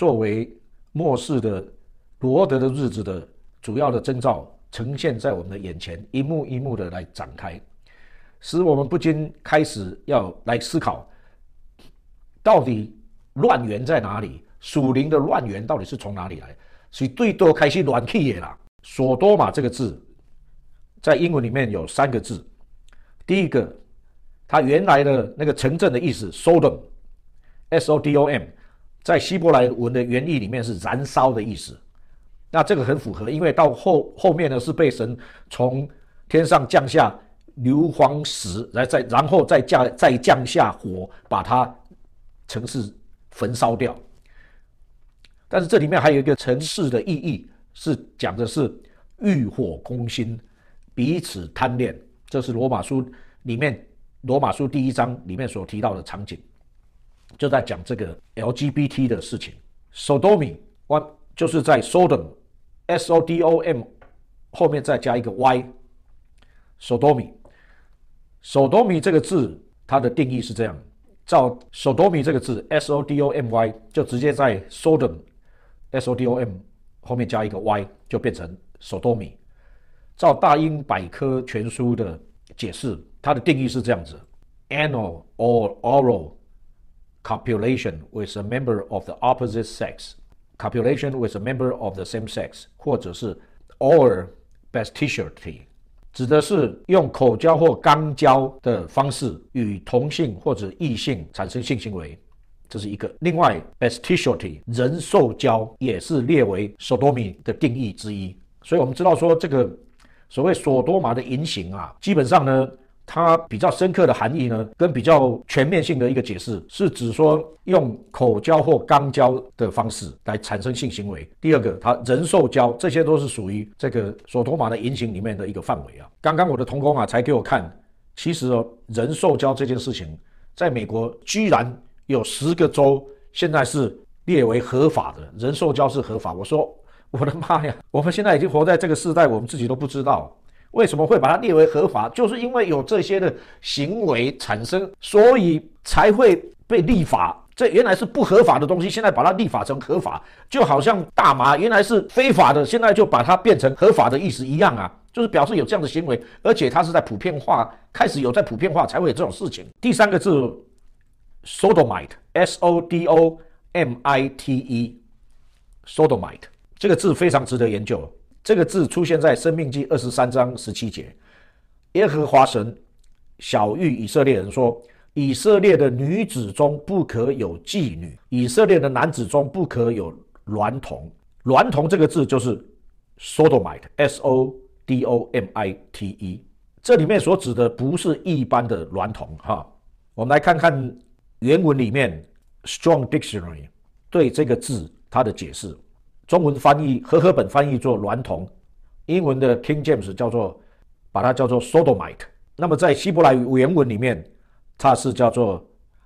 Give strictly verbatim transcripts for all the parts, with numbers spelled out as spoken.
作为末世的罗德的日子的主要的征兆呈现在我们的眼前，一幕一幕的来展开，使我们不禁开始要来思考，到底乱源在哪里？属灵的乱源到底是从哪里来？所以最多开始乱起的啦。索多玛这个字，在英文里面有三个字。第一个，它原来的那个城镇的意思 ，Sodom，S O D O M， 在希伯来文的原意里面是燃烧的意思。那这个很符合，因为到后后面呢是被神从天上降下硫磺石，来再然后再降再降下火，把它城市焚烧掉。但是这里面还有一个城市的意义，是讲的是欲火攻心，彼此贪恋。这是罗马书里面罗马书第一章里面所提到的场景，就在讲这个 L G B T 的事情。Sodomy 就是在 Sodom，S O D O M 后面再加一个 Y。Sodomy，Sodomy 这个字它的定义是这样，照 Sodomy 这个字 S O D O M Y 就直接在 Sodom。S O D O M 后面加一个 Y 就变成 Sodomy。照大英百科全书的解释，它的定义是这样子 ：anal or oral copulation with a member of the opposite sex, copulation with a member of the same sex， 或者是 or bestiality， 指的是用口交或肛交的方式与同性或者异性产生性行为。这是一个。另外 bestiality 人兽交也是列为 Sodomy 的定义之一。所以我们知道说，这个所谓索多玛的淫行啊，基本上呢，它比较深刻的含义呢，跟比较全面性的一个解释，是指说用口交或肛交的方式来产生性行为。第二个，它人兽交，这些都是属于这个索多玛的淫行里面的一个范围啊。刚刚我的同工啊，才给我看，其实哦，人兽交这件事情，在美国居然有十个州现在是列为合法的，人兽交是合法。我说我的妈呀，我们现在已经活在这个时代，我们自己都不知道为什么会把它列为合法，就是因为有这些的行为产生，所以才会被立法。这原来是不合法的东西，现在把它立法成合法，就好像大麻原来是非法的，现在就把它变成合法的意思一样啊，就是表示有这样的行为，而且它是在普遍化，开始有在普遍化才会有这种事情。第三个字 Sodomite S O D O M I T E Sodomite 这个字非常值得研究。这个字出现在申命记二十三章十七节，耶和华神晓谕以色列人说，以色列的女子中不可有妓女，以色列的男子中不可有娈童。娈童这个字就是 Sodomite S O D O M I T E， 这里面所指的不是一般的娈童哈。我们来看看原文里面 Strong Dictionary 对这个字它的解释。中文翻译和合本翻译做娈童，英文的 King James 叫做把它叫做 Sodomite。那么在希伯来语原文里面，它是叫做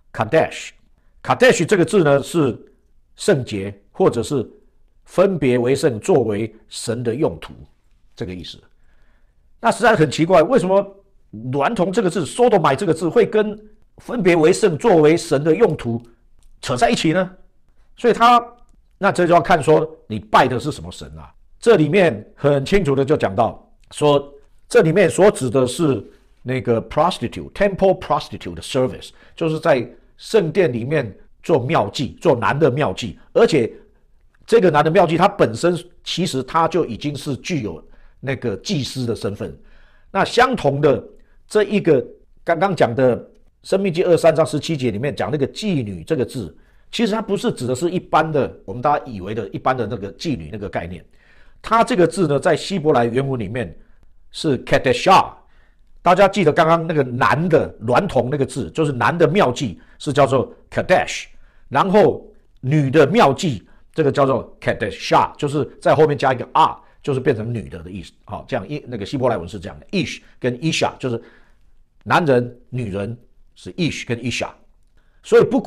Kadesh。Kadesh 这个字呢是圣洁，或者是分别为圣，作为神的用途，这个意思。那实在很奇怪，为什么娈童这个字 Sodomite 这个字会跟分别为圣，作为神的用途扯在一起呢？所以它那这就要看说你拜的是什么神啊。这里面很清楚的就讲到说，这里面所指的是那个 prostitute temple prostitute 的 service， 就是在圣殿里面做庙妓，做男的庙妓，而且这个男的庙妓他本身其实他就已经是具有那个祭司的身份。那相同的这一个刚刚讲的申命记二十三章十七节里面讲那个妓女这个字，其实它不是指的是一般的我们大家以为的一般的那个妓女那个概念，它这个字呢在希伯来原文里面是 Kadeshah。 大家记得刚刚那个男的娈童那个字，就是男的庙妓是叫做 Kadesh， 然后女的庙妓这个叫做 Kadeshah， 就是在后面加一个 R， 就是变成女的的意思。好，这样一那个希伯来文是这样的 ，Ish 跟 Isha 就是男人女人是 Ish 跟 Isha。所以不管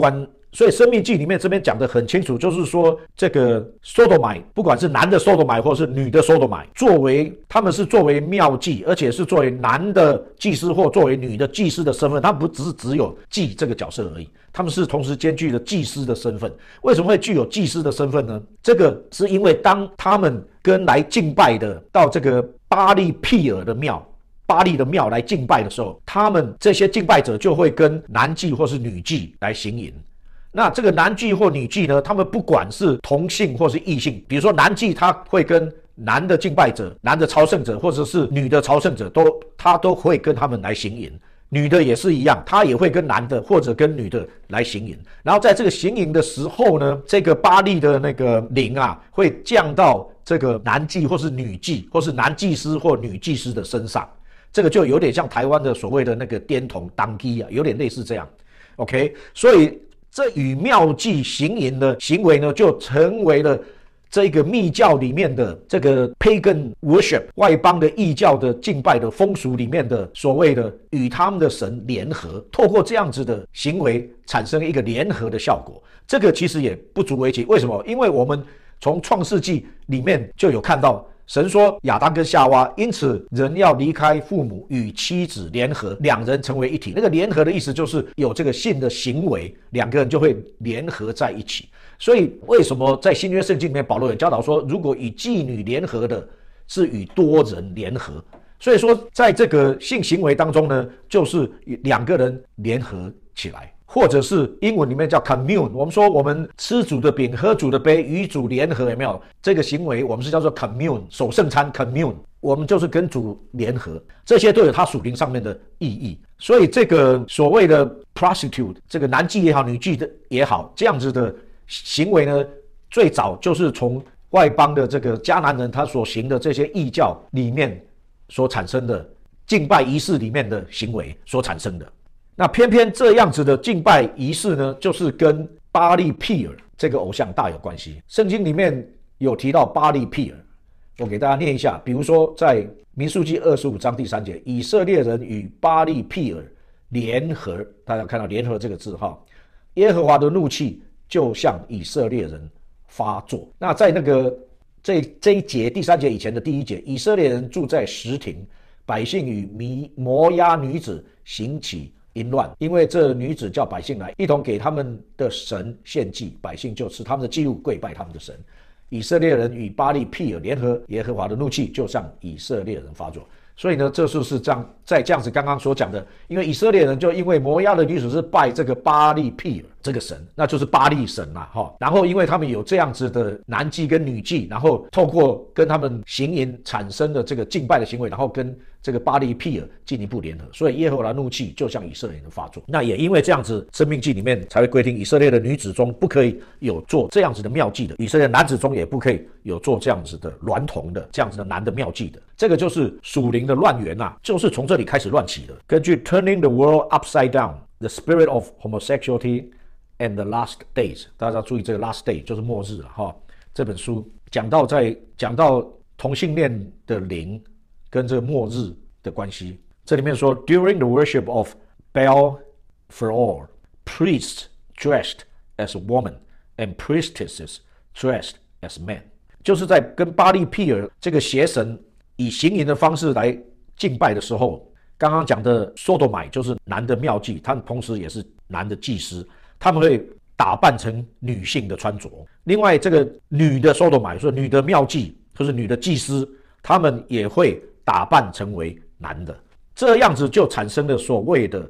所以生命记里面这边讲得很清楚，就是说这个 sodomite 不管是男的 sodomite 或是女的 sodomite， 作为他们是作为庙妓，而且是作为男的祭司或作为女的祭司的身份，他们不只是只有祭这个角色而已，他们是同时兼具了祭司的身份。为什么会具有祭司的身份呢？这个是因为当他们跟来敬拜的到这个巴利庇尔的庙巴利的庙来敬拜的时候，他们这些敬拜者就会跟男妓或是女妓来行淫。那这个男妓或女妓呢，他们不管是同性或是异性，比如说男妓他会跟男的敬拜者、男的朝圣者或者是女的朝圣者都他都会跟他们来行淫。女的也是一样，她也会跟男的或者跟女的来行淫。然后在这个行淫的时候呢，这个巴利的那个灵啊会降到这个男妓或是女妓或是男祭司或女祭司的身上。这个就有点像台湾的所谓的那个颠童当机啊，有点类似这样。OK， 所以这与庙妓行淫的行为呢，就成为了这个密教里面的这个 pagan worship 外邦的异教的敬拜的风俗里面的所谓的与他们的神联合，透过这样子的行为产生一个联合的效果。这个其实也不足为奇，为什么？因为我们从创世纪里面就有看到。神说亚当跟夏娃，因此人要离开父母与妻子联合，两人成为一体。那个联合的意思就是有这个性的行为，两个人就会联合在一起。所以为什么在新约圣经里面保罗有教导说，如果与妓女联合的是与多人联合？所以说在这个性行为当中呢，就是两个人联合起来。或者是英文里面叫 commune， 我们说我们吃主的饼喝主的杯与主联合，有没有这个行为？我们是叫做 commune， 守圣餐 commune， 我们就是跟主联合，这些都有它属灵上面的意义。所以这个所谓的 prostitute， 这个男妓也好女妓也好，这样子的行为呢，最早就是从外邦的这个迦南人他所行的这些异教里面所产生的敬拜仪式里面的行为所产生的。那偏偏这样子的敬拜仪式呢，就是跟巴利庇尔这个偶像大有关系。圣经里面有提到巴利庇尔，我给大家念一下。比如说在民数记二十五章第三节，以色列人与巴利庇尔联合，大家看到联合这个字哈，耶和华的怒气就向以色列人发作。那在那个这这一节第三节以前的第一节，以色列人住在什亭，百姓与摩押女子行起淫乱，因为这女子叫百姓来，一同给他们的神献祭，百姓就吃他们的祭物，跪拜他们的神。以色列人与巴利庇尔联合，耶和华的怒气就向以色列人发作。所以呢，这就是这样，在这样子刚刚所讲的，因为以色列人就因为摩押的女子是拜这个巴利庇尔这个神，那就是巴利神啦，哈。然后因为他们有这样子的男妓跟女妓，然后透过跟他们行淫产生的这个敬拜的行为，然后跟这个巴利庇尔进一步联合，所以耶和华的怒气就向以色列人发作。那也因为这样子，申命记里面才会规定，以色列的女子中不可以有做这样子的庙妓的，以色列男子中也不可以有做这样子的娈童的，这样子的男的庙妓的。这个就是属灵的乱源啊，就是从这里开始乱起的。根据 Turning the World Upside Down: The Spirit of Homosexuality and the Last Days， 大家要注意这个 Last Day 就是末日了哈。这本书讲到在讲到同性恋的灵跟这个末日的关系，这里面说 During the worship of Baal Peor, priests dressed as women and priestesses dressed as men， 就是在跟巴利庇尔这个邪神以行淫的方式来敬拜的时候，刚刚讲的 sodomite 就是男的庙妓，他们同时也是男的祭司，他们会打扮成女性的穿着。另外这个女的 sodomite 说女的庙妓就是女的祭司，他们也会打扮成为男的，这样子就产生了所谓的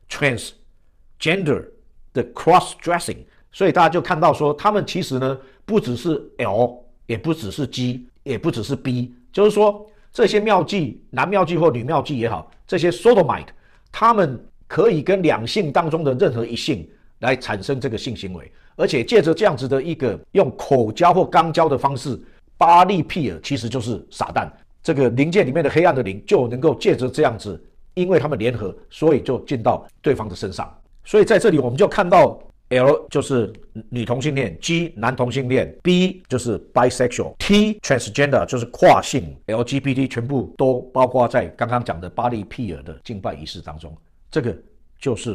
transgender 的 cross dressing。 所以大家就看到说，他们其实呢不只是 L， 也不只是 G， 也不只是 B， 就是说这些庙妓，男庙妓或女庙妓也好，这些 sodomite 他们可以跟两性当中的任何一性来产生这个性行为，而且借着这样子的一个用口交或肛交的方式，巴利庇尔其实就是撒旦，这个灵界里面的黑暗的灵就能够借着这样子，因为他们联合，所以就进到对方的身上。所以在这里我们就看到 L 就是女同性恋， G 男同性恋， B 就是 bisexual， T transgender 就是跨性， L G B T 全部都包括在刚刚讲的巴利庇尔的敬拜仪式当中。这个就是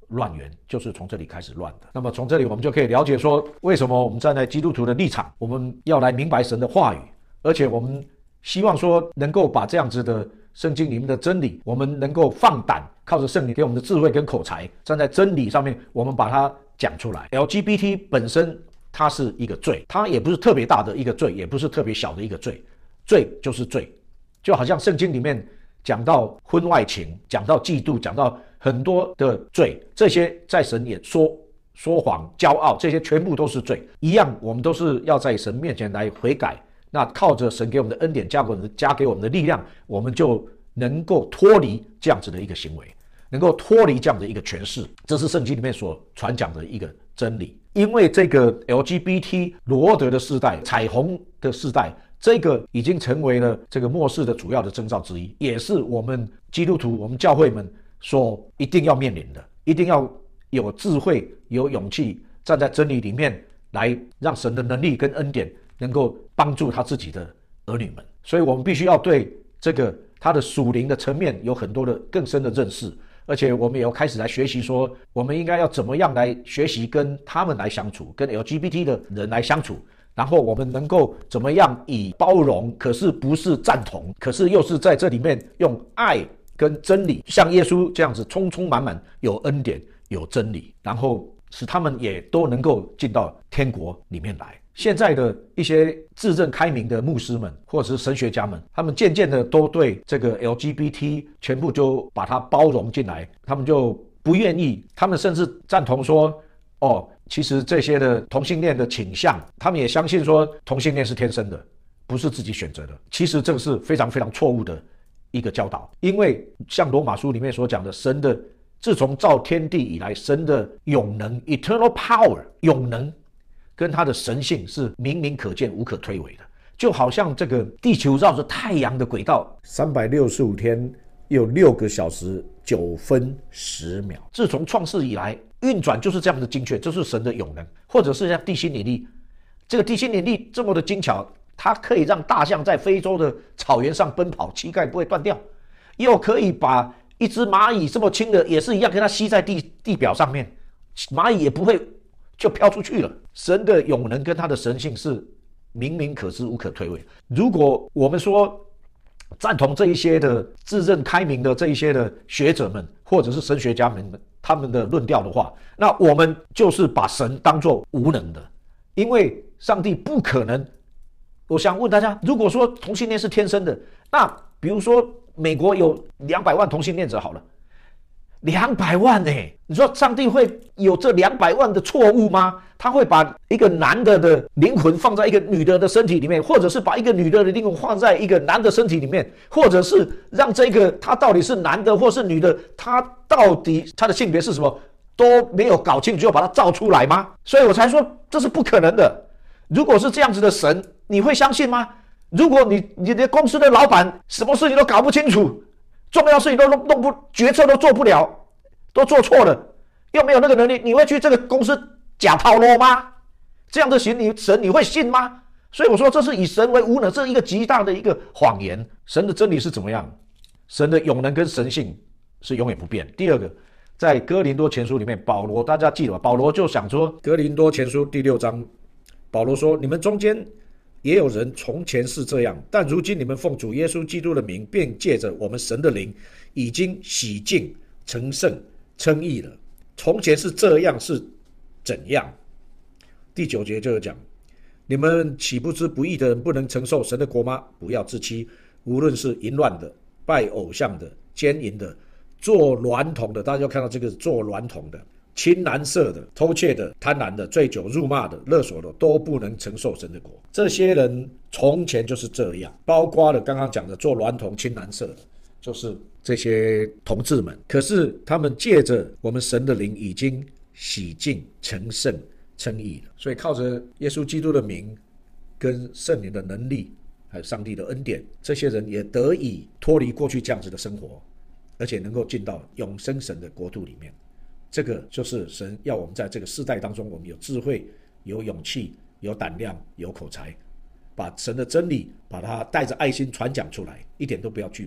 乱源就是从这里开始乱的。那么从这里我们就可以了解说，为什么我们站在基督徒的立场，我们要来明白神的话语，而且我们希望说能够把这样子的圣经里面的真理，我们能够放胆靠着圣灵给我们的智慧跟口才，站在真理上面，我们把它讲出来。 L G B T 本身它是一个罪，它也不是特别大的一个罪，也不是特别小的一个罪，罪就是罪。就好像圣经里面讲到婚外情，讲到嫉妒，讲到很多的罪，这些在神也说说谎、骄傲，这些全部都是罪一样。我们都是要在神面前来悔改，那靠着神给我们的恩典，加给我们的加给我们的力量，我们就能够脱离这样子的一个行为，能够脱离这样的一个权势。这是圣经里面所传讲的一个真理。因为这个 L G B T 罗德的世代，彩虹的世代，这个已经成为了这个末世的主要的征兆之一，也是我们基督徒、我们教会们所一定要面临的，一定要有智慧、有勇气，站在真理里面来让神的能力跟恩典能够帮助他自己的儿女们。所以我们必须要对这个他的属灵的层面有很多的更深的认识，而且我们也要开始来学习说，我们应该要怎么样来学习跟他们来相处，跟 L G B T 的人来相处，然后我们能够怎么样以包容，可是不是赞同，可是又是在这里面用爱跟真理，像耶稣这样子充充满满，有恩典有真理，然后使他们也都能够进到天国里面来。现在的一些自认开明的牧师们或者是神学家们，他们渐渐的都对这个 L G B T 全部就把它包容进来，他们就不愿意，他们甚至赞同说，哦，其实这些的同性恋的倾向，他们也相信说同性恋是天生的，不是自己选择的。其实这个是非常非常错误的一个教导，因为像罗马书里面所讲的，神的自从造天地以来，神的永能 eternal power 永能跟他的神性是明明可见无可推诿的。就好像这个地球绕着太阳的轨道三百六十五天有六个小时九分十秒，自从创世以来运转就是这样的精确，这是神的永能。或者是像地心引力，这个地心引力这么的精巧，它可以让大象在非洲的草原上奔跑，膝盖不会断掉，又可以把一只蚂蚁这么轻的也是一样跟它吸在 地, 地表上面，蚂蚁也不会就飘出去了。神的永能跟他的神性是明明可知无可推诿。如果我们说赞同这一些的自认开明的这一些的学者们或者是神学家们他们的论调的话，那我们就是把神当作无能的，因为上帝不可能。我想问大家，如果说同性恋是天生的，那比如说美国有两百万同性恋者好了，两百万呢、欸？你说上帝会有这两百万的错误吗？他会把一个男的的灵魂放在一个女的的身体里面，或者是把一个女的的灵魂放在一个男的身体里面，或者是让这个他到底是男的或是女的，他到底他的性别是什么都没有搞清楚就把它造出来吗？所以我才说这是不可能的。如果是这样子的神，你会相信吗？如果你你的公司的老板什么事情都搞不清楚，重要事情都弄弄不，决策都做不了，都做错了，又没有那个能力，你会去这个公司假套路吗？这样的神你神你会信吗？所以我说这是以神为无能，这是一个极大的一个谎言。神的真理是怎么样？神的永能跟神性是永远不变。第二个，在哥林多前书里面，保罗大家记得吧？保罗就想说，哥林多前书第六章，保罗说，你们中间也有人从前是这样，但如今你们奉主耶稣基督的名，便借着我们神的灵，已经洗净、成圣、称义了。从前是这样是怎样？第九节就是讲，你们岂不知不义的人不能承受神的国吗？不要自欺，无论是淫乱的、拜偶像的、奸淫的、做娈童的，大家看到这个做娈童的、亲男色的、偷窃的、贪婪的、醉酒辱骂的、勒索的，都不能承受神的国。这些人从前就是这样，包括了刚刚讲的做娈童、亲男色的，就是这些同志们。可是他们借着我们神的灵已经洗净、成圣、称义了。所以靠着耶稣基督的名跟圣灵的能力还有上帝的恩典，这些人也得以脱离过去这样子的生活，而且能够进到永生神的国度里面。这个就是神要我们在这个世代当中，我们有智慧、有勇气、有胆量、有口才，把神的真理把它带着爱心传讲出来，一点都不要惧怕。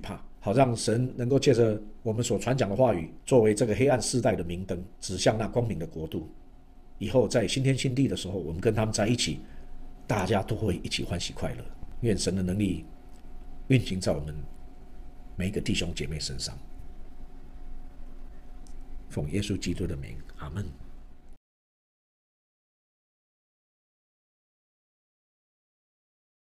好让神能够借着我们所传讲的话语，作为这个黑暗世代的明灯，指向那光明的国度。以后在新天新地的时候，我们跟他们在一起，大家都会一起欢喜快乐。愿神的能力运行在我们每一个弟兄姐妹身上。奉耶稣基督的名，阿们。